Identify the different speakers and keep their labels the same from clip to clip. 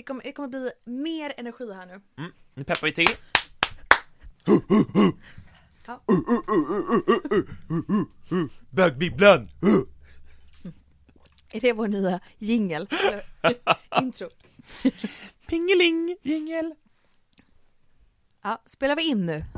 Speaker 1: Det kommer bli mer energi här nu.
Speaker 2: Nu peppar vi till.
Speaker 1: Ja.
Speaker 2: Bögbibblan.
Speaker 1: Är det vår nya jingle? Intro.
Speaker 2: Pingeling, jingle.
Speaker 1: Ja, spelar vi in nu?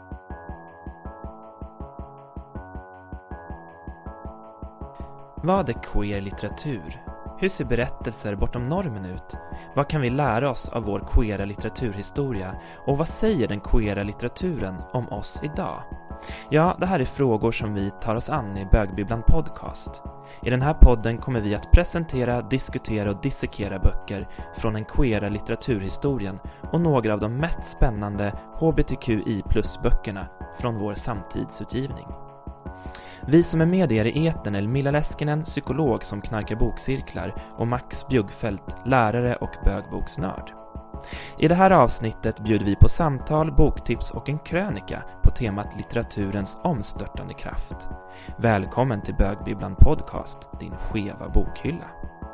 Speaker 2: Vad är queer-litteratur? Hur ser berättelser bortom normen ut? Vad kan vi lära oss av vår queera litteraturhistoria? Och vad säger den queera litteraturen om oss idag? Ja, det här är frågor som vi tar oss an i Bögbibblan podcast. I den här podden kommer vi att presentera, diskutera och dissekera böcker från den queera litteraturhistorien och några av de mest spännande hbtqi+-böckerna från vår samtidsutgivning. Vi som är med er i etern är Milla Leskinen, psykolog som knarkar bokcirklar, och Max Bjuggfeldt, lärare och bögboksnörd. I det här avsnittet bjuder vi på samtal, boktips och en krönika på temat litteraturens omstörtande kraft. Välkommen till Bögbibblan podcast, din skeva bokhylla.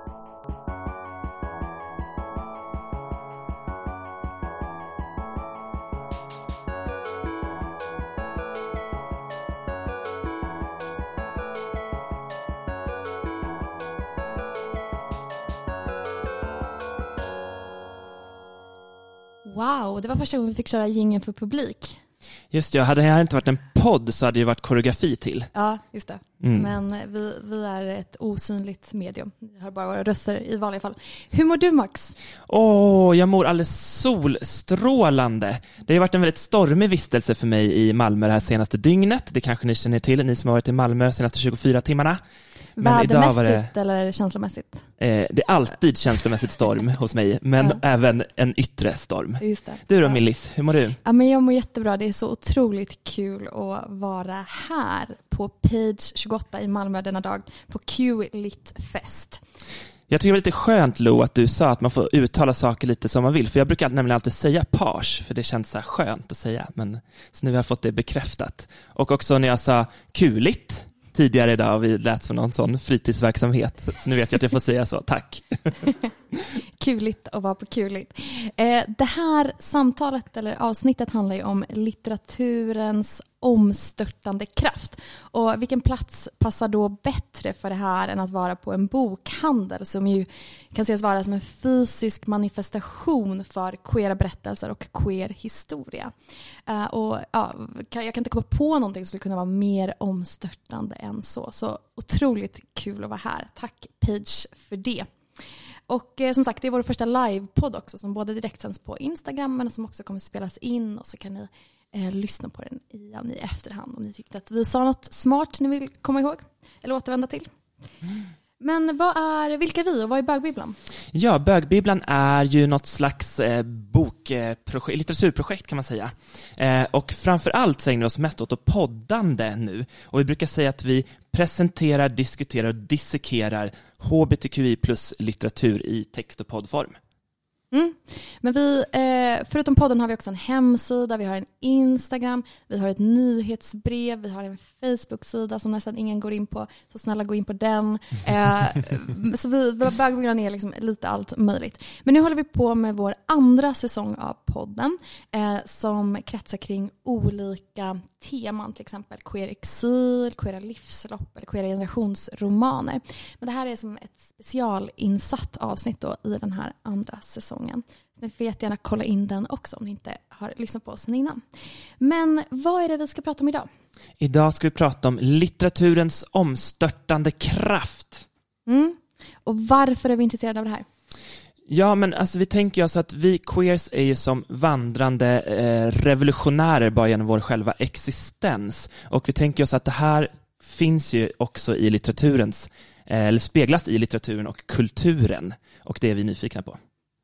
Speaker 1: Wow, det var första gången vi fick köra jingeln för publik.
Speaker 2: Just det, hade det här inte varit en podd så hade det ju varit koreografi till.
Speaker 1: Ja, just det. Men vi är ett osynligt medium. Vi hör bara våra röster i vanliga fall. Hur mår du, Max?
Speaker 2: Jag mår alldeles solstrålande. Det har ju varit en väldigt stormig vistelse för mig i Malmö det här senaste dygnet. Det kanske ni känner till, ni som har varit i Malmö de senaste 24 timmarna.
Speaker 1: Vädermässigt eller känslomässigt?
Speaker 2: Det är alltid känslomässigt storm hos mig, men även en yttre storm.
Speaker 1: Just det.
Speaker 2: Du då, Millis, hur mår du?
Speaker 1: Ja, men jag mår jättebra. Det är så otroligt kul att vara här på Page 28 i Malmö denna dag på Q-lit fest.
Speaker 2: Jag tycker det var lite skönt, Lo, att du sa att man får uttala saker lite som man vill. För jag brukar nämligen alltid säga page, för det känns så här skönt att säga. Men så nu har jag fått det bekräftat. Och också när jag sa kuligt tidigare idag, och vi lät som någon sån fritidsverksamhet. Så nu vet jag att jag får säga så. Tack.
Speaker 1: Kuligt att vara på kuligt. Det här samtalet eller avsnittet handlar ju om litteraturens omstörtande kraft. Och vilken plats passar då bättre för det här än att vara på en bokhandel som ju kan ses vara som en fysisk manifestation för queera berättelser och queer historia. Jag kan inte komma på någonting som skulle kunna vara mer omstörtande än så. Så otroligt kul att vara här. Tack Page för det. Och som sagt, det är vår första livepodd också som både direktsänds på Instagram men som också kommer spelas in, och så kan ni lyssna på den i efterhand om ni tyckte att vi sa något smart ni vill komma ihåg eller återvända till. Men vilka är vi och vad är Bögbibblan?
Speaker 2: Ja, Bögbibblan är ju något slags litteraturprojekt kan man säga. Och framförallt så ägnar vi oss mest åt poddande nu. Och vi brukar säga att vi presenterar, diskuterar och dissekerar hbtqi+ litteratur i text- och poddform.
Speaker 1: Men vi, förutom podden har vi också en hemsida, vi har en Instagram, vi har ett nyhetsbrev, vi har en Facebook-sida som nästan ingen går in på, så snälla gå in på den. Så Bögbibblan är liksom lite allt möjligt. Men nu håller vi på med vår andra säsong av podden som kretsar kring olika teman, till exempel queer exil, queera livslopp eller queera generationsromaner. Men det här är som ett specialinsatt avsnitt då i den här andra säsongen. Så ni får jättegärna kolla in den också om ni inte har lyssnat på oss sen innan. Men vad är det vi ska prata om idag?
Speaker 2: Idag ska vi prata om litteraturens omstörtande kraft.
Speaker 1: Och varför är vi intresserade av det här?
Speaker 2: Ja, men alltså vi tänker oss att vi queers är ju som vandrande revolutionärer bara genom vår själva existens. Och vi tänker oss att det här finns ju också i litteraturens, eller speglas i litteraturen och kulturen. Och det är vi nyfikna på.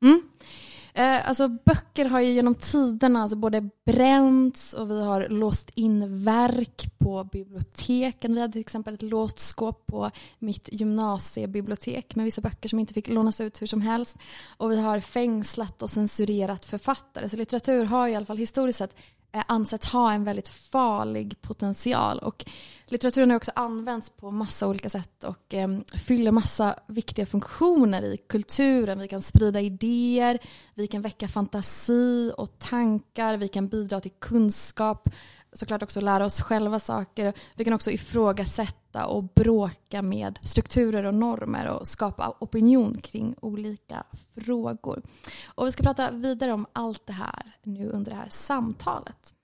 Speaker 1: Alltså böcker har ju genom tiderna alltså både bränts och vi har låst in verk på biblioteken. Vi hade till exempel ett låst skåp på mitt gymnasiebibliotek med vissa böcker som inte fick lånas ut hur som helst. Och vi har fängslat och censurerat författare. Så litteratur har i alla fall historiskt sett ansetts ha en väldigt farlig potential. Och litteraturen har också använts på massa olika sätt och fyller massa viktiga funktioner i kulturen. Vi kan sprida idéer, vi kan väcka fantasi och tankar, vi kan bidra till kunskap, såklart också lära oss själva saker. Vi kan också ifrågasätta och bråka med strukturer och normer och skapa opinion kring olika frågor. Och vi ska prata vidare om allt det här nu under det här samtalet.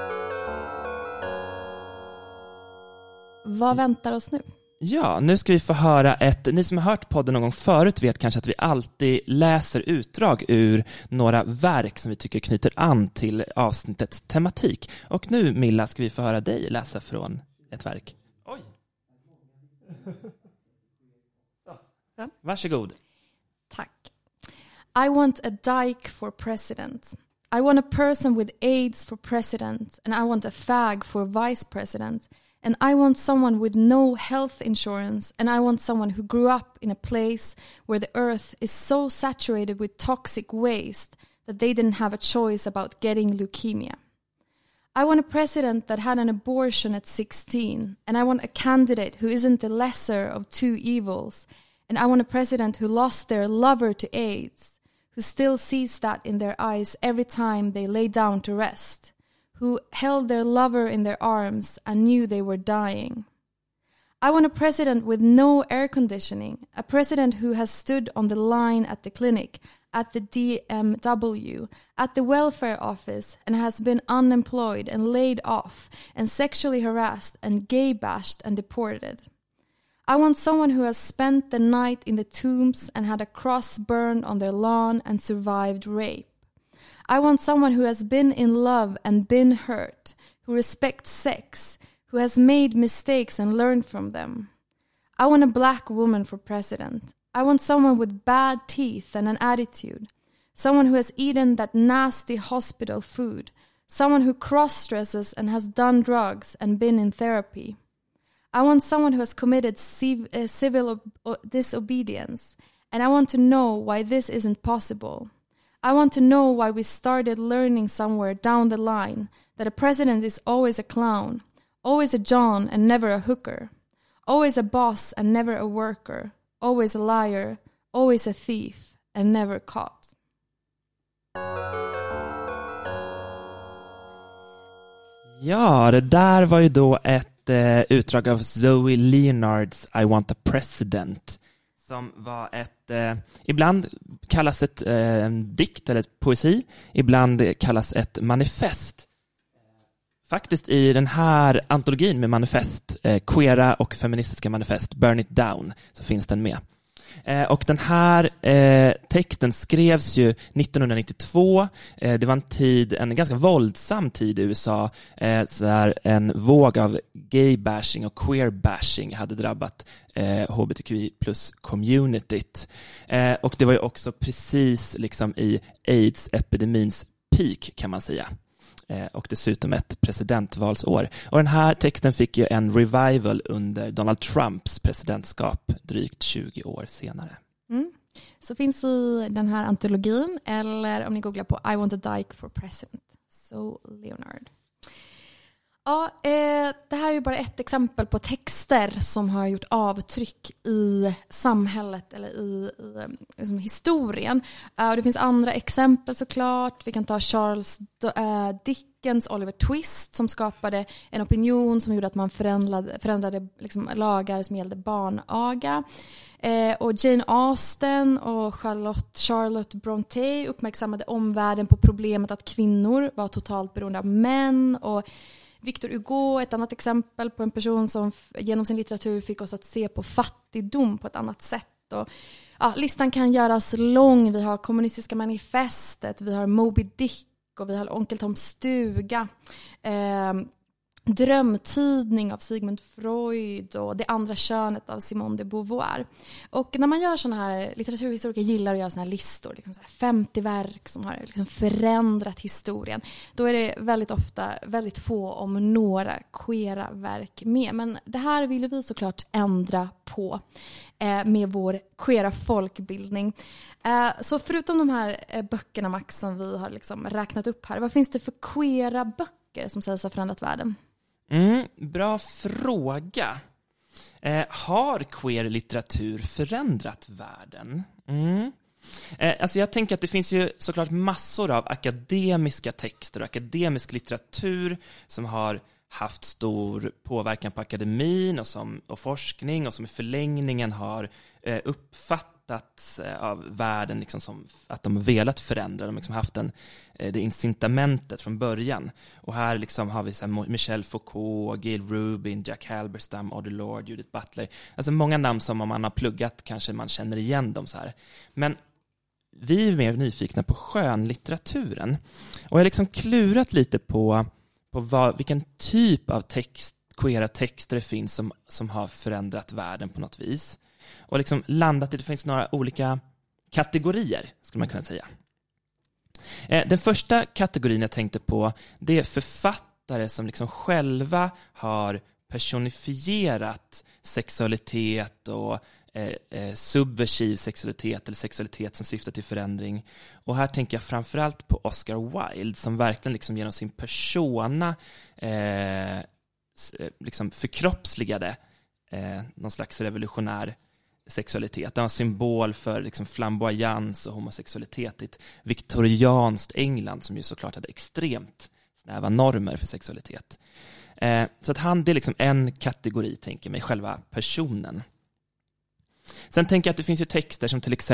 Speaker 1: Vad väntar oss nu?
Speaker 2: Ja, nu ska vi få höra ni som har hört podden någon gång förut vet kanske att vi alltid läser utdrag ur några verk som vi tycker knyter an till avsnittets tematik. Och nu, Milla, ska vi få höra dig läsa från ett verk. Oj! Varsågod.
Speaker 1: Tack. I want a dyke for president. I want a person with AIDS for president. And I want a fag for vice president. And I want someone with no health insurance, and I want someone who grew up in a place where the earth is so saturated with toxic waste that they didn't have a choice about getting leukemia. I want a president that had an abortion at 16, and I want a candidate who isn't the lesser of two evils, and I want a president who lost their lover to AIDS, who still sees that in their eyes every time they lay down to rest, who held their lover in their arms and knew they were dying. I want a president with no air conditioning, a president who has stood on the line at the clinic, at the DMW, at the welfare office, and has been unemployed and laid off and sexually harassed and gay bashed and deported. I want someone who has spent the night in the tombs and had a cross burned on their lawn and survived rape. I want someone who has been in love and been hurt, who respects sex, who has made mistakes and learned from them. I want a black woman for president. I want someone with bad teeth and an attitude. Someone who has eaten that nasty hospital food. Someone who cross-dresses and has done drugs and been in therapy. I want someone who has committed civil disobedience. And I want to know why this isn't possible. I want to know why we started learning somewhere down the line that a president is always a clown, always a John and never a hooker, always a boss and never a worker, always a liar, always a thief and never caught.
Speaker 2: Ja, det där var ju då ett utdrag av Zoe Leonards I want a president, som var ibland kallas ett dikt eller ett poesi, ibland kallas ett manifest. Faktiskt i den här antologin med manifest, queera och feministiska manifest, Burn It Down, så finns den med. Och den här texten skrevs ju 1992. Det var en ganska våldsam tid i USA. Så där en våg av gay-bashing och queer-bashing hade drabbat hbtqi plus communityt. Och det var ju också precis liksom i AIDS-epidemins peak, kan man säga. Och dessutom ett presidentvalsår. Och den här texten fick ju en revival under Donald Trumps presidentskap drygt 20 år senare.
Speaker 1: Så finns i den här antologin, eller om ni googlar på I want a dyke for president, so Leonard. Ja, det här är ju bara ett exempel på texter som har gjort avtryck i samhället eller i liksom historien. Och det finns andra exempel såklart. Vi kan ta Charles Dickens Oliver Twist som skapade en opinion som gjorde att man förändrade liksom lagar som gällde barnaga. Och Jane Austen och Charlotte Brontë uppmärksammade omvärlden på problemet att kvinnor var totalt beroende av män. Och Victor Hugo, ett annat exempel på en person som genom sin litteratur fick oss att se på fattigdom på ett annat sätt. Och, ja, listan kan göras lång. Vi har kommunistiska manifestet, vi har Moby Dick och vi har Onkel Toms stuga. Drömtydning av Sigmund Freud och Det andra könet av Simone de Beauvoir. Och när man gör såna här, litteraturhistoriker gillar att göra såna här listor, liksom så här 50 verk som har liksom förändrat historien, då är det väldigt ofta väldigt få, om några, queera verk med. Men det här vill vi såklart ändra på med vår queera folkbildning. Så förutom de här böckerna, Max, som vi har liksom räknat upp här, vad finns det för queera böcker böcker som sägs ha förändrat världen?
Speaker 2: Bra fråga. Har queer litteratur förändrat världen? Alltså jag tänker att det finns ju såklart massor av akademiska texter och akademisk litteratur som har haft stor påverkan på akademin och forskning och som i förlängningen har uppfattats av världen liksom som att de har velat förändra. De har liksom haft det incitamentet från början. Och här liksom har vi så här Michel Foucault, Gail Rubin, Jack Halberstam, Audre Lorde, Judith Butler. Alltså många namn som om man har pluggat kanske man känner igen dem så här. Men vi är mer nyfikna på skönlitteraturen. Och jag har liksom klurat lite på vilken typ av queera texter det finns som har förändrat världen på något vis. Och liksom landat i det finns några olika kategorier, skulle man kunna säga. Den första kategorin jag tänkte på, det är författare som liksom själva har personifierat sexualitet och subversiv sexualitet eller sexualitet som syftar till förändring. Och här tänker jag framförallt på Oscar Wilde som verkligen liksom genom sin persona liksom förkroppsligade någon slags revolutionär sexualitet. Det var en symbol för liksom flamboyans och homosexualitet i ett viktorianskt England som ju såklart hade extremt snäva normer för sexualitet. Så att det är liksom en kategori, tänker mig, själva personen. Sen tänker jag att det finns ju texter som till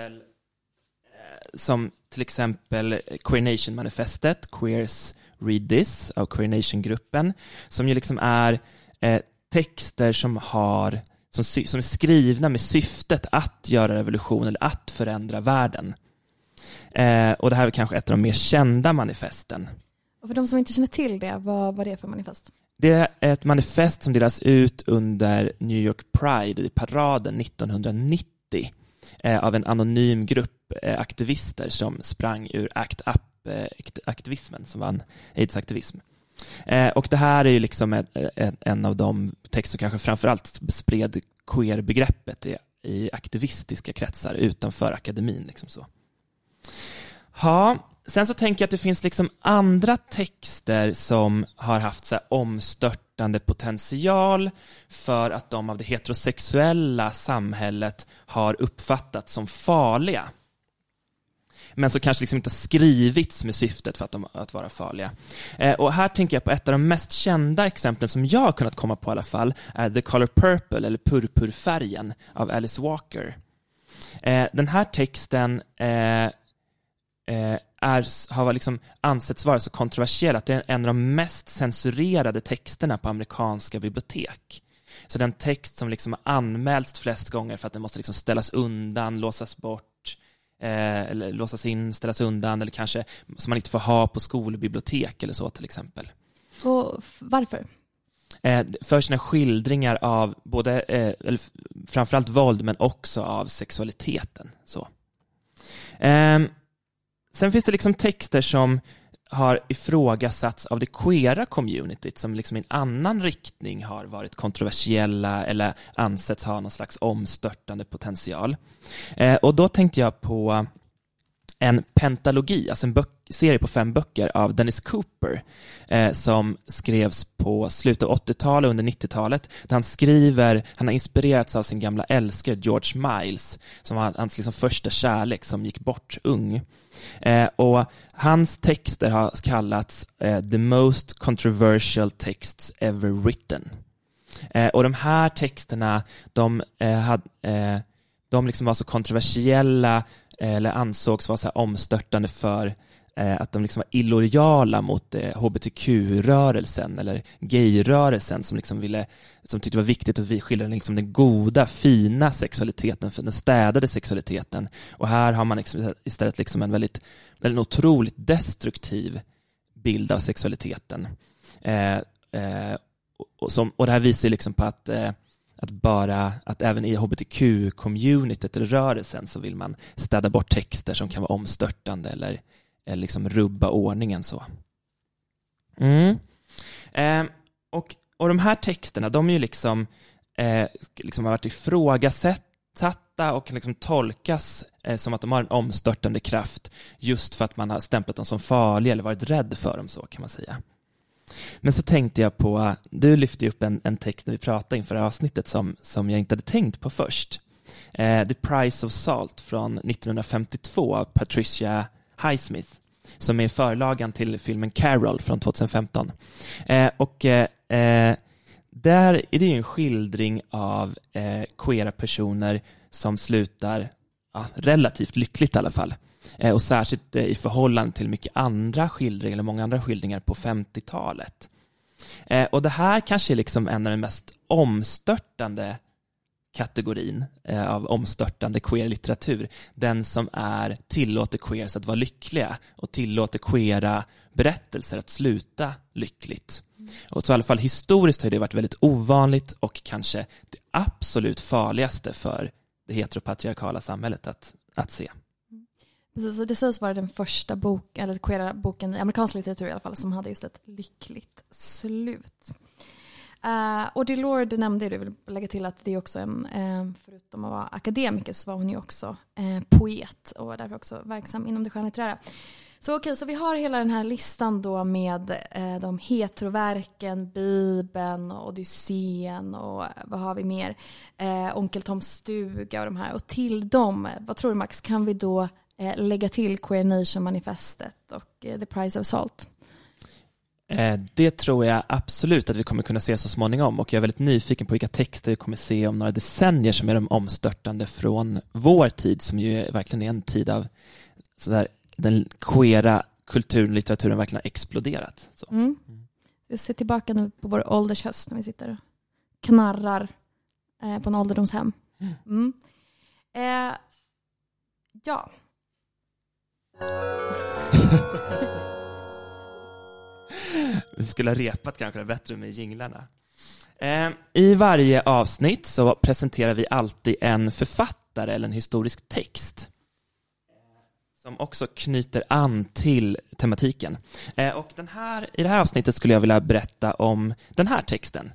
Speaker 2: exempel Queer Nation-manifestet, Queers Read This av Queer Nation-gruppen, som ju liksom är texter som är skrivna med syftet att göra revolution eller att förändra världen. Och det här är kanske ett av de mer kända manifesten.
Speaker 1: Och för de som inte känner till det, vad är det för manifest?
Speaker 2: Det är ett manifest som delas ut under New York Pride i paraden 1990 av en anonym grupp aktivister som sprang ur ACT UP-aktivismen som var en AIDS-aktivism. Och det här är ju liksom en av de texter som kanske framförallt spred queer-begreppet i aktivistiska kretsar utanför akademin. Liksom så. Sen så tänker jag att det finns liksom andra texter som har haft så här omstörtande potential för att de av det heterosexuella samhället har uppfattats som farliga. Men så kanske liksom inte skrivits med syftet för att vara farliga. Och här tänker jag på ett av de mest kända exemplen som jag har kunnat komma på i alla fall är The Color Purple eller Purpurfärgen av Alice Walker. Den här texten har liksom ansetts vara så kontroversiell att det är en av de mest censurerade texterna på amerikanska bibliotek. Så den text som liksom har anmälts flest gånger för att den måste liksom ställas undan, låsas bort, eller låsas in, ställas undan, eller kanske som man inte får ha på skolbibliotek eller så till exempel.
Speaker 1: Och varför?
Speaker 2: För sina skildringar av både, eller framförallt våld, men också av sexualiteten. Så. Sen finns det liksom texter som har ifrågasatts av det queera communityt som liksom i en annan riktning har varit kontroversiella eller ansetts ha någon slags omstörtande potential. Och då tänkte jag på en pentalogi, alltså en serie på 5 böcker av Dennis Cooper som skrevs på slutet av 80-talet och under 90-talet. Där han har inspirerats av sin gamla älskare George Miles som var hans liksom första kärlek som gick bort ung. Och hans texter har kallats the most controversial texts ever written. Och de här texterna de liksom var så kontroversiella eller ansågs vara så här omstörtande för att de liksom var illojala mot hbtq-rörelsen eller gayrörelsen som tyckte det var viktigt att vi skildrar liksom den goda, fina sexualiteten, för den städade sexualiteten. Och här har man liksom istället liksom en otroligt destruktiv bild av sexualiteten. Och det här visar ju liksom på att även i hbtq-communityt eller rörelsen så vill man städa bort texter som kan vara omstörtande eller liksom rubba ordningen så. Och de här texterna, de är ju liksom har varit ifrågasatta och liksom tolkas som att de har en omstörtande kraft just för att man har stämplat dem som farliga eller varit rädd för dem, så kan man säga. Men så tänkte jag på, du lyfte upp en text när vi pratade inför avsnittet som jag inte hade tänkt på först. The Price of Salt från 1952 av Patricia Highsmith, som är förlagan till filmen Carol från 2015. Där är det ju en skildring av queera personer som slutar relativt lyckligt i alla fall. Och särskilt i förhållande till mycket andra skildringar, eller många andra skildringar på 50-talet. Och det här kanske är liksom en av de mest omstörtande kategorin av omstörtande queer-litteratur. Den som tillåter queers att vara lyckliga och tillåter queera berättelser att sluta lyckligt. Och så i alla fall historiskt har det varit väldigt ovanligt och kanske det absolut farligaste för det heteropatriarkala samhället att se.
Speaker 1: Så det sägs vara den första queera boken i amerikansk litteratur i alla fall som hade just ett lyckligt slut. Och Delore, det nämnde du, vill lägga till att det är också förutom att vara akademiker så var hon ju också poet och därför också verksam inom det skönlitterära. Så så vi har hela den här listan då med de heteroverken, Bibeln, Odysseen och vad har vi mer? Onkel Toms stuga och de här. Och till dem, vad tror du Max, kan vi då lägga till Queer Nation-manifestet och The Price of Salt?
Speaker 2: Det tror jag absolut att vi kommer kunna se så småningom, och jag är väldigt nyfiken på vilka texter vi kommer se om några decennier som är de omstörtande från vår tid, som ju verkligen är en tid av sådär, den queera kulturen och litteraturen verkligen har exploderat. Så.
Speaker 1: Vi ser tillbaka nu på vår åldershöst när vi sitter och knarrar på en ålderdomshem. Ja.
Speaker 2: Vi skulle ha repat kanske bättre med jinglarna. I varje avsnitt så presenterar vi alltid en författare eller en historisk text som också knyter an till tematiken. Och i det här avsnittet skulle jag vilja berätta om den här texten.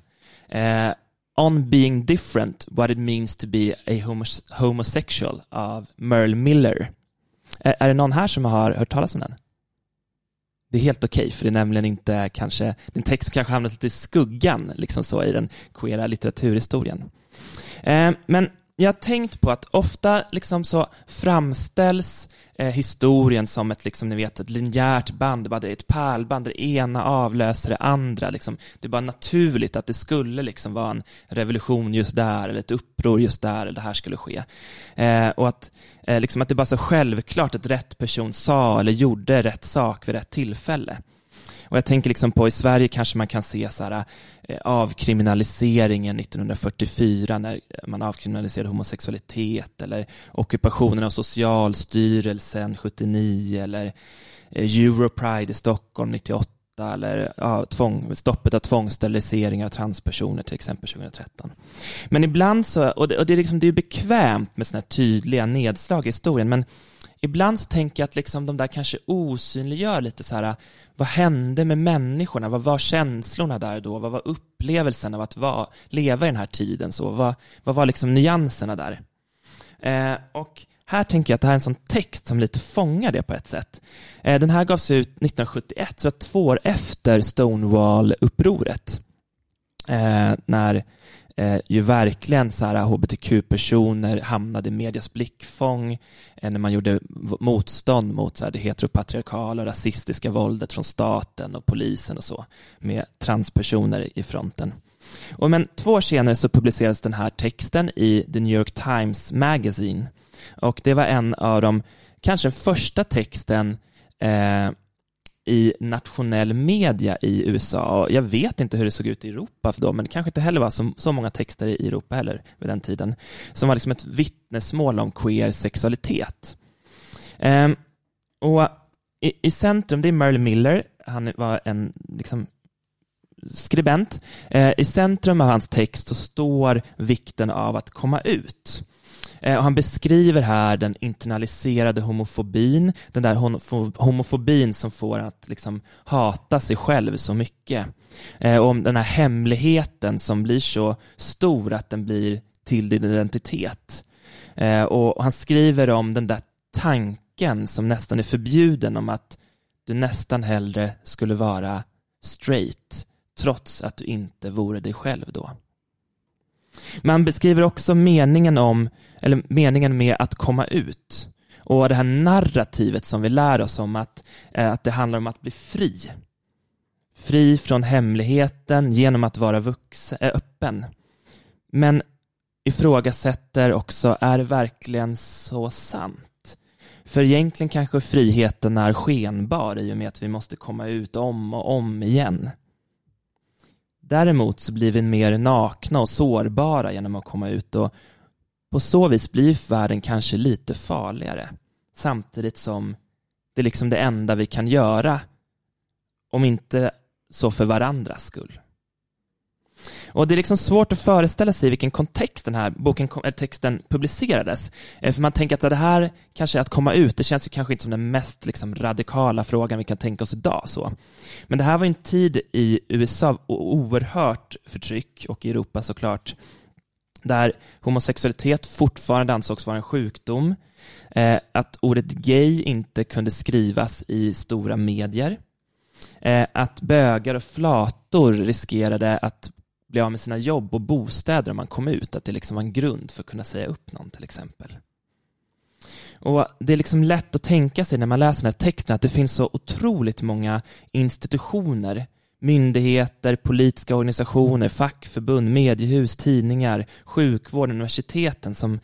Speaker 2: On Being Different, What It Means to Be a Homosexual av Merle Miller. Är det någon här som har hört talas om den? Det är helt okej, för det är nämligen inte kanske, det är en text som kanske hamnat lite i skuggan liksom så, i den queera litteraturhistorien. Men jag har tänkt på att ofta liksom så framställs historien som ett, liksom, ni vet, ett linjärt band. Det är ett pärlband, det ena avlöser det andra. Liksom. Det är bara naturligt att det skulle liksom vara en revolution just där, eller ett uppror just där, eller det här skulle ske. Och att det är bara så självklart att rätt person sa eller gjorde rätt sak vid rätt tillfälle. Och jag tänker liksom på, i Sverige kanske man kan se så här, avkriminaliseringen 1944 när man avkriminaliserade homosexualitet, eller ockupationen av Socialstyrelsen 79, eller Europride i Stockholm 98, eller stoppet av tvångssteriliseringar av transpersoner till exempel 2013. Men ibland så, och det är liksom, det är bekvämt med såna här tydliga nedslag i historien, men ibland så tänker jag att liksom de där kanske osynliggör lite så här, vad hände med människorna? Vad var känslorna där då? Vad var upplevelsen av att leva i den här tiden? Så vad var liksom nyanserna där? Och här tänker jag att det här är en sån text som lite fångar det på ett sätt. Den här gavs ut 1971, så 2 år efter Stonewall-upproret. När ju verkligen så här hbtq-personer hamnade i medias blickfång, när man gjorde motstånd mot så här det heteropatriarkala och rasistiska våldet från staten och polisen och så, med transpersoner i fronten. Men 2 år senare så publicerades den här texten i The New York Times Magazine, och det var en av de, kanske den första texten i nationell media i USA. Och jag vet inte hur det såg ut i Europa för då, men det kanske inte heller var så många texter i Europa heller vid den tiden, som var liksom ett vittnesmål om queer sexualitet. Och i centrum, det är Merle Miller, han var en liksom skribent. I centrum av hans text så står vikten av att komma ut. Och han beskriver här den internaliserade homofobin, den där homofobin som får att liksom hata sig själv så mycket. Och om den här hemligheten som blir så stor att den blir till din identitet. Och han skriver om den där tanken som nästan är förbjuden, om att du nästan hellre skulle vara straight, trots att du inte vore dig själv då. Man beskriver också meningen med att komma ut. Och det här narrativet som vi lär oss om att det handlar om att bli fri. Fri från hemligheten genom att vara öppen. Men ifrågasätter också, är det verkligen så sant? För egentligen kanske friheten är skenbar i och med att vi måste komma ut om och om igen. Däremot så blir vi mer nakna och sårbara genom att komma ut, och på så vis blir världen kanske lite farligare. Samtidigt som det är liksom det enda vi kan göra, om inte så för varandras skull. Och det är liksom svårt att föreställa sig i vilken kontext den här texten publicerades. För man tänker att det här kanske är att komma ut. Det känns ju kanske inte som den mest liksom radikala frågan vi kan tänka oss idag. Så. Men det här var en tid i USA oerhört förtryck, och i Europa såklart, där homosexualitet fortfarande ansågs vara en sjukdom. Att ordet gay inte kunde skrivas i stora medier. Att bögar och flator riskerade att bli av med sina jobb och bostäder om man kom ut. Att det liksom var en grund för att kunna säga upp någon till exempel. Och det är liksom lätt att tänka sig när man läser den här texten att det finns så otroligt många institutioner, myndigheter, politiska organisationer, fackförbund, mediehus, tidningar, sjukvård, universiteten som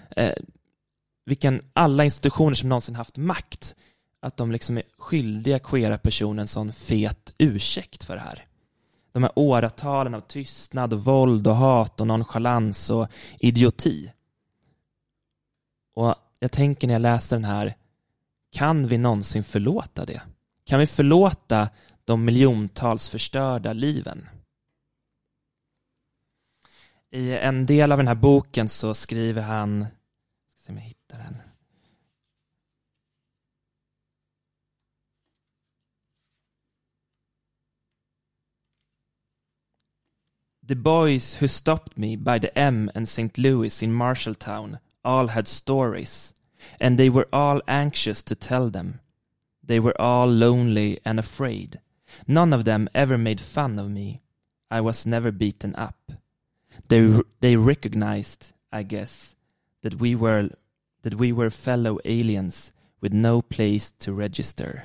Speaker 2: alla institutioner som någonsin haft makt, att de liksom är skyldiga queera personen en sån fet ursäkt för det här. De här åratalen av tystnad och våld och hat och nonchalans och idioti. Och jag tänker när jag läser den här, kan vi någonsin förlåta det? Kan vi förlåta de miljontals förstörda liven? I en del av den här boken så skriver han, ska se om jag hittar den. The boys who stopped me by the M and St. Louis in Marshalltown all had stories, and they were all anxious to tell them. They were all lonely and afraid. None of them ever made fun of me. I was never beaten up. They recognized, I guess, that we were fellow aliens with no place to register.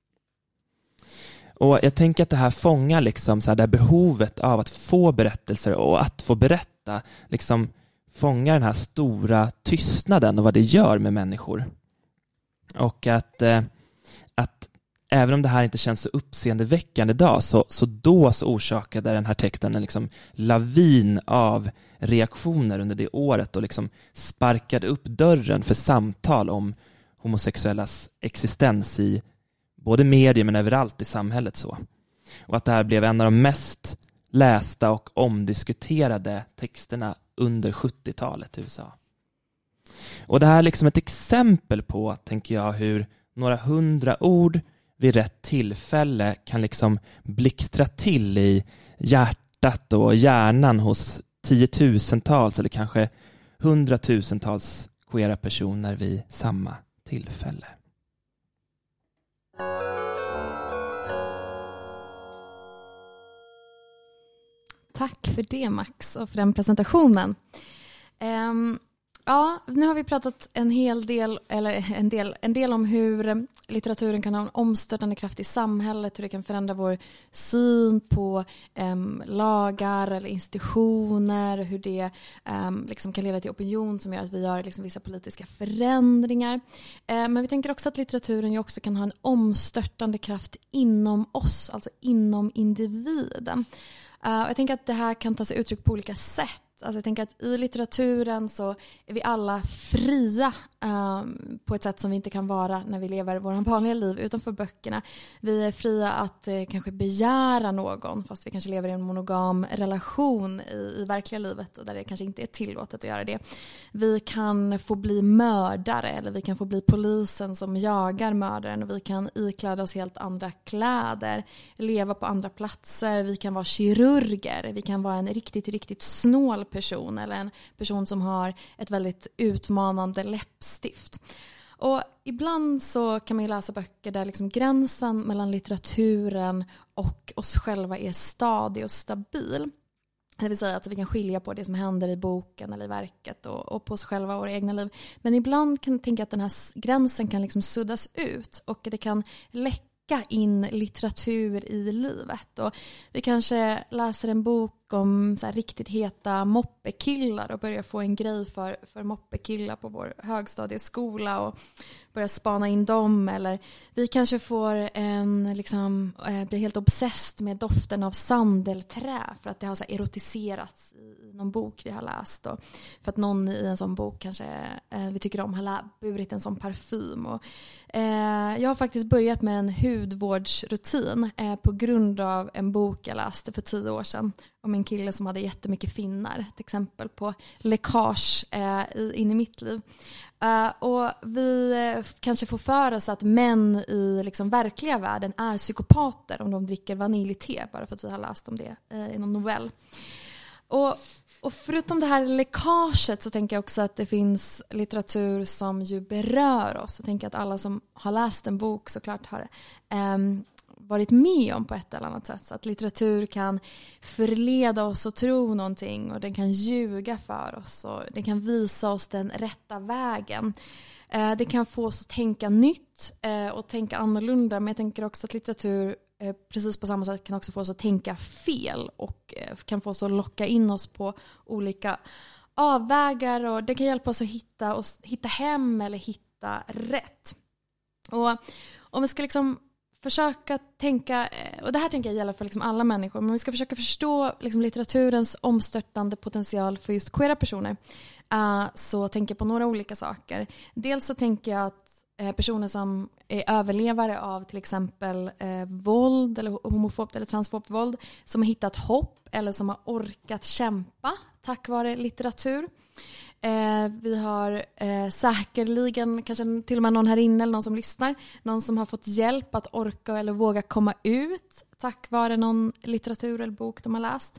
Speaker 2: Och jag tänker att det här fångar liksom så här, det här behovet av att få berättelser och att få berätta, liksom fångar den här stora tystnaden och vad det gör med människor. Och att även om det här inte känns så uppseendeväckande idag, så orsakade den här texten en liksom lavin av reaktioner under det året och liksom sparkade upp dörren för samtal om homosexuellas existens i både medier men överallt i samhället. Så. Och att det här blev en av de mest lästa och omdiskuterade texterna under 70-talet i USA. Och det här är liksom ett exempel på, tänker jag, hur några 100 ord vid rätt tillfälle kan liksom blixtra till i hjärtat och hjärnan hos tiotusentals eller kanske 100,000-tals queera personer vid samma tillfälle.
Speaker 1: Tack för det, Max, och för den presentationen. Ja, nu har vi pratat en del om hur litteraturen kan ha en omstörtande kraft i samhället, hur det kan förändra vår syn på lagar eller institutioner, hur det liksom kan leda till opinion som gör att vi gör liksom vissa politiska förändringar. Men vi tänker också att litteraturen ju också kan ha en omstörtande kraft inom oss, alltså inom individen. Jag tänker att det här kan ta sig uttryck på olika sätt. Alltså jag tänker att i litteraturen så är vi alla fria på ett sätt som vi inte kan vara när vi lever våra vanliga liv utanför böckerna. Vi är fria att kanske begära någon, fast vi kanske lever i en monogam relation i verkliga livet och där det kanske inte är tillåtet att göra det. Vi kan få bli mördare eller vi kan få bli polisen som jagar mördaren och vi kan ikläda oss helt andra kläder, leva på andra platser, vi kan vara kirurger, vi kan vara en riktigt snål person eller en person som har ett väldigt utmanande läppstift. Och ibland så kan man ju läsa böcker där liksom gränsen mellan litteraturen och oss själva är stadig och stabil. Det vill säga att vi kan skilja på det som händer i boken eller i verket och på oss själva och våra egna liv. Men ibland kan jag tänka att den här gränsen kan liksom suddas ut och det kan läcka in litteratur i livet. Och vi kanske läser en bok om så här riktigt heta moppekillar och börjar få en grej för moppekillar på vår högstadieskola och börjar spana in dem. Eller vi kanske får blir helt obsessed med doften av sandelträ för att det har så här erotiserats i någon bok vi har läst. Och för att någon i en sån bok kanske vi tycker om har burit en sån parfym. Och, jag har faktiskt börjat med en hudvårdsrutin på grund av en bok jag läste för 10 år sedan om en kille som hade jättemycket finnar, ett exempel på läckage in i mitt liv. Och vi kanske får för oss att män i liksom verkliga världen är psykopater om de dricker vaniljte, bara för att vi har läst om det i någon novell. Och förutom det här läckaget så tänker jag också att det finns litteratur som ju berör oss. Jag tänker att alla som har läst en bok såklart har varit med om på ett eller annat sätt. Så att litteratur kan förleda oss att tro någonting och den kan ljuga för oss och den kan visa oss den rätta vägen. Det kan få oss att tänka nytt och tänka annorlunda, men jag tänker också att litteratur precis på samma sätt kan också få oss att tänka fel och kan få oss att locka in oss på olika avvägar och det kan hjälpa oss att hitta hem eller hitta rätt. Och om vi ska liksom försöka tänka, och det här tänker jag gäller för liksom alla människor, men vi ska försöka förstå liksom litteraturens omstörtande potential för just queera personer, så tänker jag på några olika saker. Dels så tänker jag att personer som är överlevare av till exempel våld eller homofobt eller transfobt våld, som har hittat hopp eller som har orkat kämpa tack vare litteratur. Vi har säkerligen kanske till och med någon här inne eller någon som lyssnar, någon som har fått hjälp att orka eller våga komma ut tack vare någon litteratur eller bok de har läst.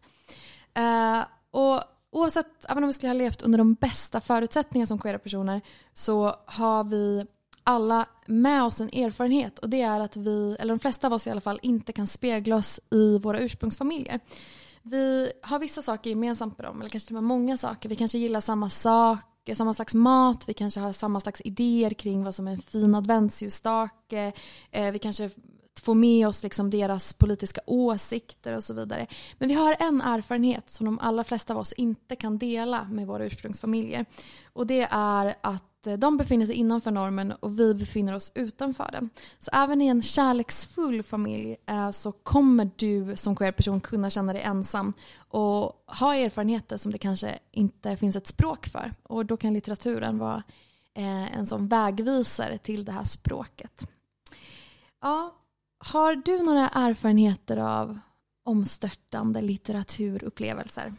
Speaker 1: Och oavsett, även om vi skulle ha levt under de bästa förutsättningar som queera personer, så har vi alla med oss en erfarenhet, och det är att vi, eller de flesta av oss i alla fall, inte kan spegla oss i våra ursprungsfamiljer. Vi har vissa saker gemensamt med dem, eller kanske till och med många saker. Vi kanske gillar samma sak, samma slags mat. Vi kanske har samma slags idéer kring vad som är en fin adventsljusstake. Vi kanske får med oss liksom deras politiska åsikter och så vidare. Men vi har en erfarenhet som de allra flesta av oss inte kan dela med våra ursprungsfamiljer. Och det är att de befinner sig innanför normen och vi befinner oss utanför den. Så även i en kärleksfull familj så kommer du som queer person kunna känna dig ensam och ha erfarenheter som det kanske inte finns ett språk för. Och då kan litteraturen vara en sån vägvisare till det här språket. Ja, har du några erfarenheter av omstörtande litteraturupplevelser?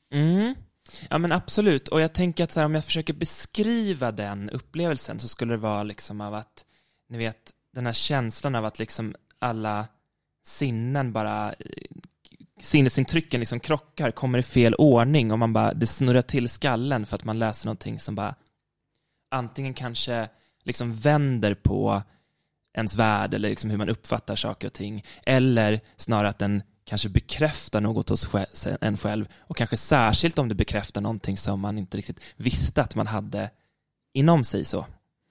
Speaker 2: Ja, men absolut. Och jag tänker att så här, om jag försöker beskriva den upplevelsen så skulle det vara liksom av att, ni vet, den här känslan av att liksom alla sinnen bara, sinnesintrycken liksom krockar, kommer i fel ordning och man bara, det snurrar till skallen för att man läser någonting som bara antingen kanske liksom vänder på ens värld eller liksom hur man uppfattar saker och ting, eller snarare att den kanske bekräftar något hos en själv, och kanske särskilt om det bekräftar någonting som man inte riktigt visste att man hade inom sig så.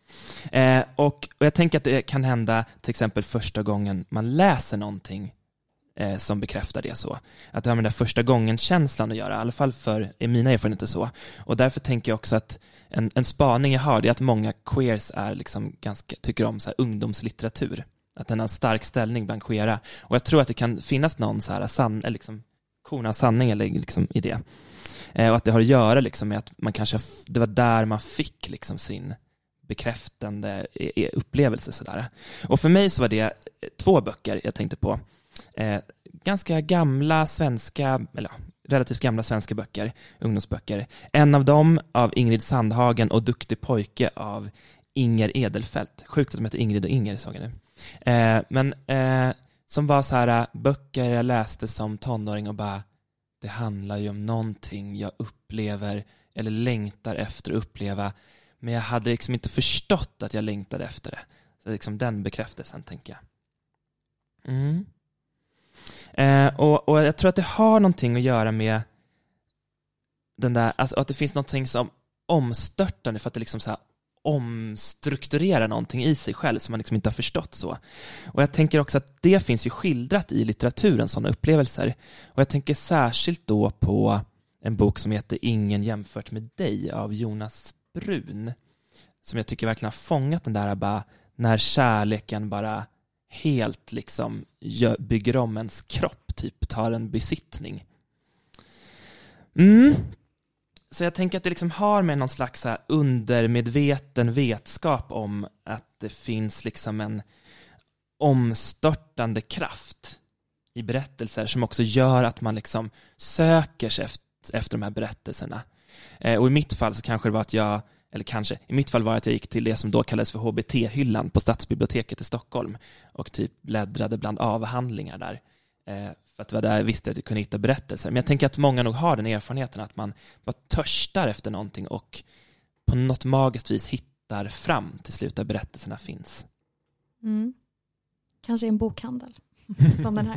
Speaker 2: Och jag tänker att det kan hända till exempel första gången man läser någonting som bekräftar det så. Att det har med den där första gången känslan att göra, i alla fall för mina erfarenheter så. Och därför tänker jag också att en spaning jag har, det är att många queers är liksom ganska, tycker om så här ungdomslitteratur. Att den har en stark ställning bland queera. Och jag tror att det kan finnas någon så här liksom, korn av sanning eller liksom i det. Och att det har att göra liksom med att man kanske, det var där man fick liksom sin bekräftande upplevelse sådär. Och för mig så var det 2 böcker jag tänkte på. Ganska gamla svenska, eller relativt gamla svenska böcker, ungdomsböcker. En av dem av Ingrid Sandhagen och Duktig pojke av Inger Edelfelt. Sjukt att de heter Ingrid och Inger, såg jag nu. Men som var så här böcker jag läste som tonåring och bara, det handlar ju om någonting jag upplever eller längtar efter att uppleva, Men jag hade liksom inte förstått att jag längtade efter det. Så liksom den bekräftelsen, tänker jag. Och jag tror att det har någonting att göra med den där, alltså att det finns någonting som omstörtande, för att det liksom så här omstrukturerar någonting i sig själv som man liksom inte har förstått så. Och jag tänker också att det finns ju skildrat i litteraturen, sådana upplevelser. Och jag tänker särskilt då på en bok som heter Ingen jämfört med dig av Jonas Brun, som jag tycker verkligen har fångat den där bara, när kärleken bara helt liksom bygger om ens kropp, typ tar en besittning. Så jag tänker att det liksom har med någon slags så här undermedveten vetskap om att det finns liksom en omstörtande kraft i berättelser som också gör att man liksom söker sig efter de här berättelserna. Och i mitt fall så kanske det var att i mitt fall var att jag gick till det som då kallades för HBT-hyllan på Stadsbiblioteket i Stockholm och typ bläddrade bland avhandlingar där. För att det var där jag visste att jag kunde hitta berättelser. Men jag tänker att många nog har den erfarenheten att man bara törstar efter någonting och på något magiskt vis hittar fram till slut där berättelserna finns.
Speaker 1: Kanske en bokhandel som den här.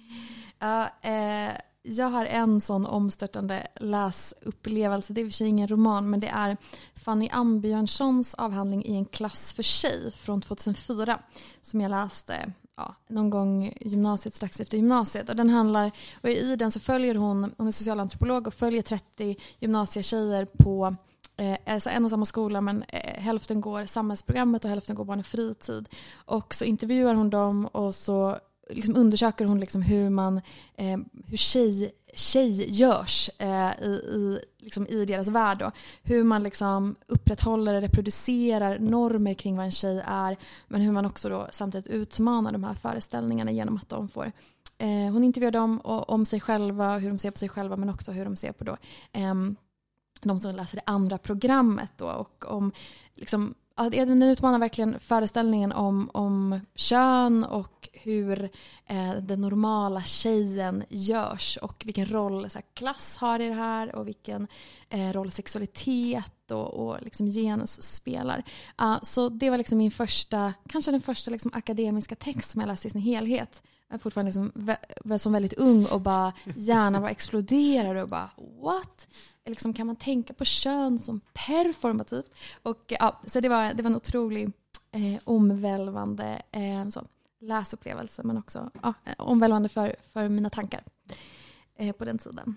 Speaker 1: Jag har en sån omstörtande läsupplevelse. Det är i och för sig ingen roman, men det är Fanny Ambjörnssons avhandling I en klass för sig från 2004 som jag läste någon gång i gymnasiet, strax efter gymnasiet. Och den handlar, och i den så följer hon är socialantropolog och följer 30 gymnasietjejer på alltså en och samma skola, men hälften går samhällsprogrammet och hälften går barn och fritid. Och så intervjuar hon dem och så liksom undersöker hon liksom hur tjej görs i deras värld då. Hur man liksom upprätthåller och reproducerar normer kring vad en tjej är, men hur man också då samtidigt utmanar de här föreställningarna genom att de får hon intervjuar dem om sig själva, hur de ser på sig själva, men också hur de ser på då de som läser det andra programmet då, och om liksom den utmanar verkligen föreställningen om kön och hur den normala tjejen görs och vilken roll så här, klass har i det här och vilken roll sexualitet och liksom genus spelar. Så det var liksom kanske den första liksom akademiska text som jag läste i sin helhet. Jag är fortfarande liksom som väldigt ung och bara gärna bara exploderar och bara what? Liksom, kan man tänka på kön som performativt? Och så det var en otrolig omvälvande läsupplevelse, men också omvälvande för mina tankar på den tiden.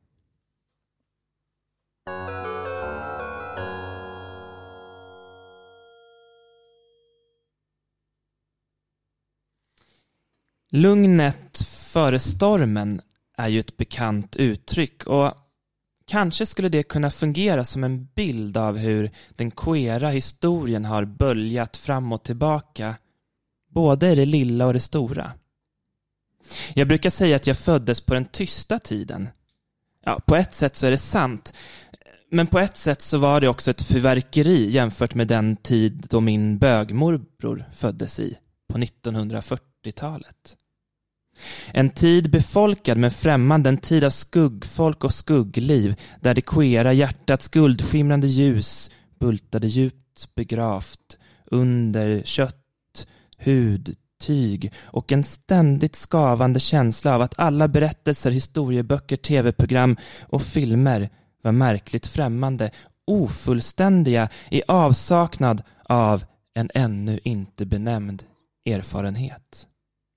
Speaker 2: Lugnet före stormen är ju ett bekant uttryck, och kanske skulle det kunna fungera som en bild av hur den queera historien har böljat fram och tillbaka, både i det lilla och det stora. Jag brukar säga att jag föddes på den tysta tiden. Ja, på ett sätt så är det sant, men på ett sätt så var det också ett fyrverkeri jämfört med den tid då min bögmorbror föddes i, på 1940-talet. En tid befolkad med främmande, en tid av skuggfolk och skuggliv, där det queera hjärtats guldskimrande ljus bultade djupt begravt under kött, hud, tyg och en ständigt skavande känsla av att alla berättelser, historieböcker, tv-program och filmer var märkligt främmande, ofullständiga, i avsaknad av en ännu inte benämnd erfarenhet.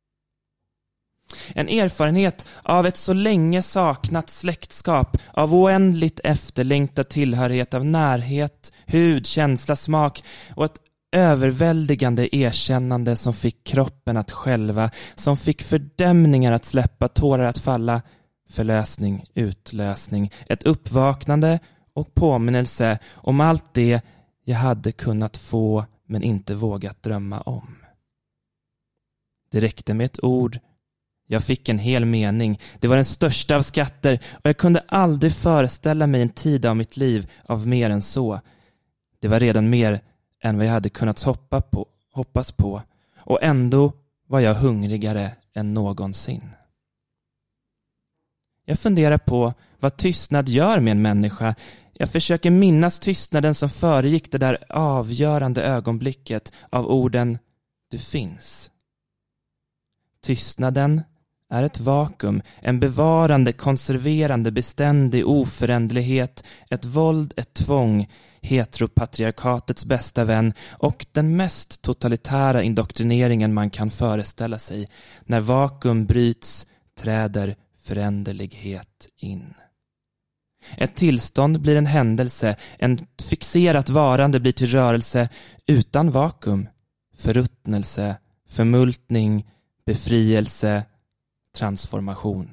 Speaker 2: En erfarenhet av ett så länge saknat släktskap, av oändligt efterlängtad tillhörighet, av närhet, hud, känsla, smak och ett överväldigande erkännande som fick kroppen att skälva, som fick fördämningar att släppa, tårar att falla, förlösning, utlösning, ett uppvaknande och påminnelse om allt det jag hade kunnat få men inte vågat drömma om. Det räckte med ett ord. Jag fick en hel mening. Det var den största av skatter, och jag kunde aldrig föreställa mig en tid av mitt liv av mer än så. Det var redan mer än vad jag hade kunnat hoppas på, och ändå var jag hungrigare än någonsin. Jag funderar på vad tystnad gör med en människa. Jag försöker minnas tystnaden som föregick det där avgörande ögonblicket av orden du finns. Tystnaden är ett vakuum, en bevarande, konserverande, beständig oföränderlighet, ett våld, ett tvång, heteropatriarkatets bästa vän och den mest totalitära indoktrineringen man kan föreställa sig. När vakuum bryts träder föränderlighet in. Ett tillstånd blir en händelse, en fixerat varande blir till rörelse utan vakuum, förruttnelse, förmultning, befrielse, transformation.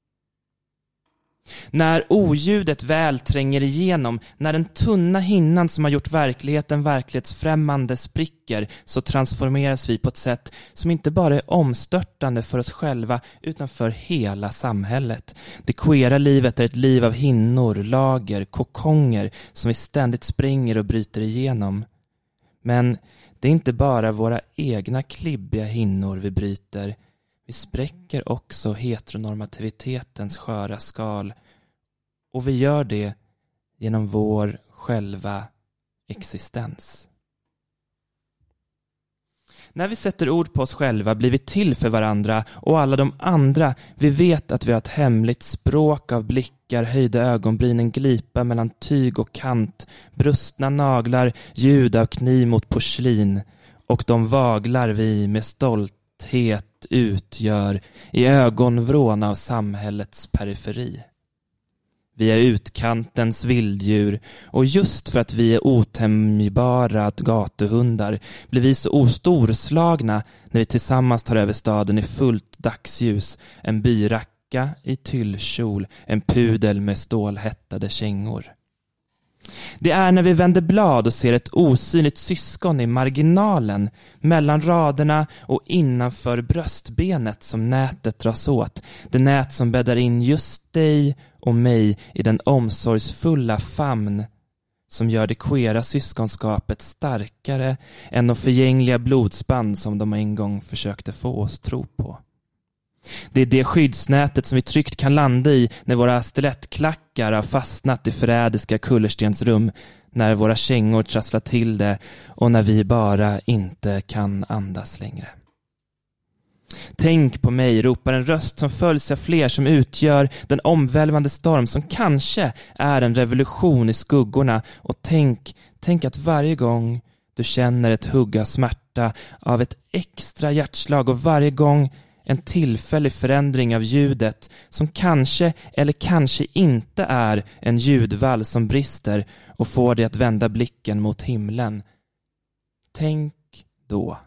Speaker 2: När oljudet väl tränger igenom, när den tunna hinnan som har gjort verkligheten verklighetsfrämmande spricker, så transformeras vi på ett sätt som inte bara är omstörtande för oss själva utan för hela samhället. Det queera livet är ett liv av hinnor, lager, kokonger som vi ständigt spränger och bryter igenom. Men det är inte bara våra egna klibbiga hinnor vi bryter. Vi spräcker också heteronormativitetens sköra skal, och vi gör det genom vår själva existens. När vi sätter ord på oss själva blir vi till för varandra och alla de andra. Vi vet att vi har ett hemligt språk av blickar, höjda ögonbryn, en glipa mellan tyg och kant, brustna naglar, ljud av kniv mot porslin, och de vaglar vi med stolthet utgör i ögonvrån av samhällets periferi. Vi är utkantens vilddjur, och just för att vi är otämjbara gatuhundar blir vi så storslagna när vi tillsammans tar över staden i fullt dagsljus, en byracka i tyllkjol, en pudel med stålhättade kängor. Det är när vi vänder blad och ser ett osynligt syskon i marginalen, mellan raderna och innanför bröstbenet, som nätet dras åt. Det nät som bäddar in just dig och mig i den omsorgsfulla famn som gör det queera syskonskapet starkare än de förgängliga blodsband som de en gång försökte få oss tro på. Det är det skyddsnätet som vi tryggt kan landa i när våra stilettklackar har fastnat i förrädiska kullerstensrum, när våra kängor trasslar till det och när vi bara inte kan andas längre. Tänk på mig, ropar en röst som följs av fler, som utgör den omvälvande storm som kanske är en revolution i skuggorna. Och tänk att varje gång du känner ett hugg av smärta, av ett extra hjärtslag, och varje gång en tillfällig förändring av ljudet som kanske eller kanske inte är en ljudvall som brister och får dig att vända blicken mot himlen. Tänk då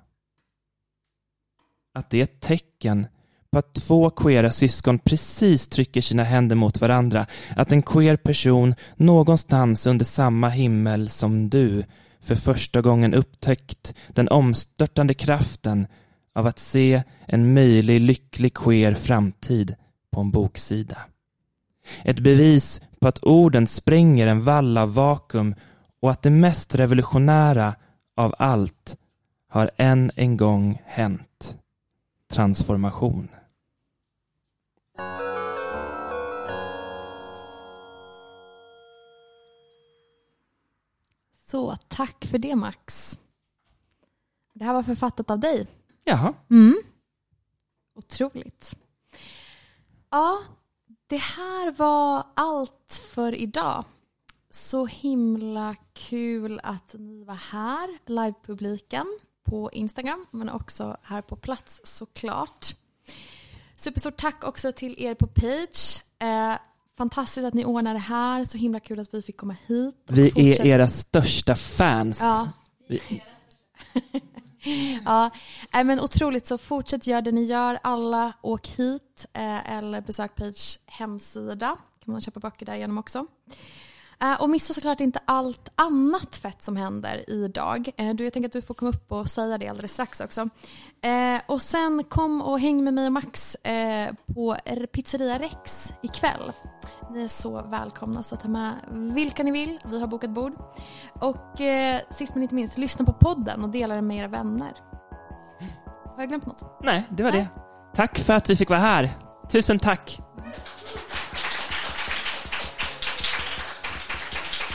Speaker 2: att det är ett tecken på att två queera syskon precis trycker sina händer mot varandra. Att en queer person någonstans under samma himmel som du för första gången upptäckt den omstörtande kraften av att se en möjlig lycklig queer framtid på en boksida. Ett bevis på att orden spränger en vall av vakuum och att det mest revolutionära av allt har än en gång hänt. Transformation.
Speaker 1: Så, tack för det, Max. Det här var författat av dig.
Speaker 2: Jaha.
Speaker 1: Otroligt. Ja, det här var allt för idag. Så himla kul att ni var här, livepubliken på Instagram, men också här på plats såklart. Superstort tack också till er på Page. Fantastiskt att ni ordnar det här. Så himla kul att vi fick komma hit.
Speaker 2: Vi är era största fans.
Speaker 1: Ja. Ja, men otroligt, så fortsätt göra det ni gör. Alla åk hit eller besök Page hemsida. Kan man köpa böcker där igenom också. Och missa såklart inte allt annat fett som händer idag. Jag tänker att du får komma upp och säga det alldeles strax också. Och sen kom och häng med mig och Max på Pizzeria Rex ikväll. Ni är så välkomna, så ta med vilka ni vill. Vi har bokat bord. Och sist men inte minst, lyssna på podden och dela den med era vänner. Har jag glömt något?
Speaker 2: Nej, det var det. Tack för att vi fick vara här. Tusen tack.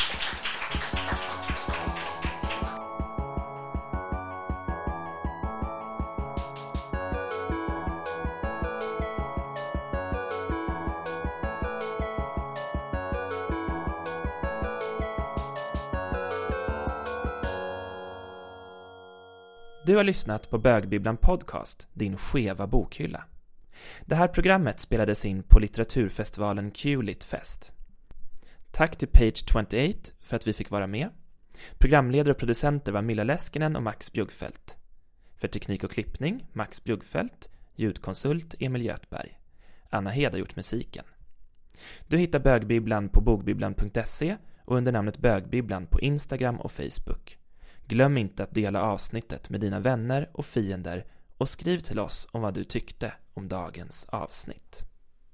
Speaker 2: Du har lyssnat på Bögbibblan Podcast, din skeva bokhylla. Det här programmet spelades in på litteraturfestivalen Q-lit Fest. Tack till Page 28 för att vi fick vara med. Programledare och producenter var Milla Leskinen och Max Bjuggfeldt. För teknik och klippning, Max Bjuggfeldt. Ljudkonsult, Emil Göthberg. Anna Hed har gjort musiken. Du hittar Bögbibblan på bogbibblan.se och under namnet Bögbibblan på Instagram och Facebook. Glöm inte att dela avsnittet med dina vänner och fiender och skriv till oss om vad du tyckte om dagens avsnitt.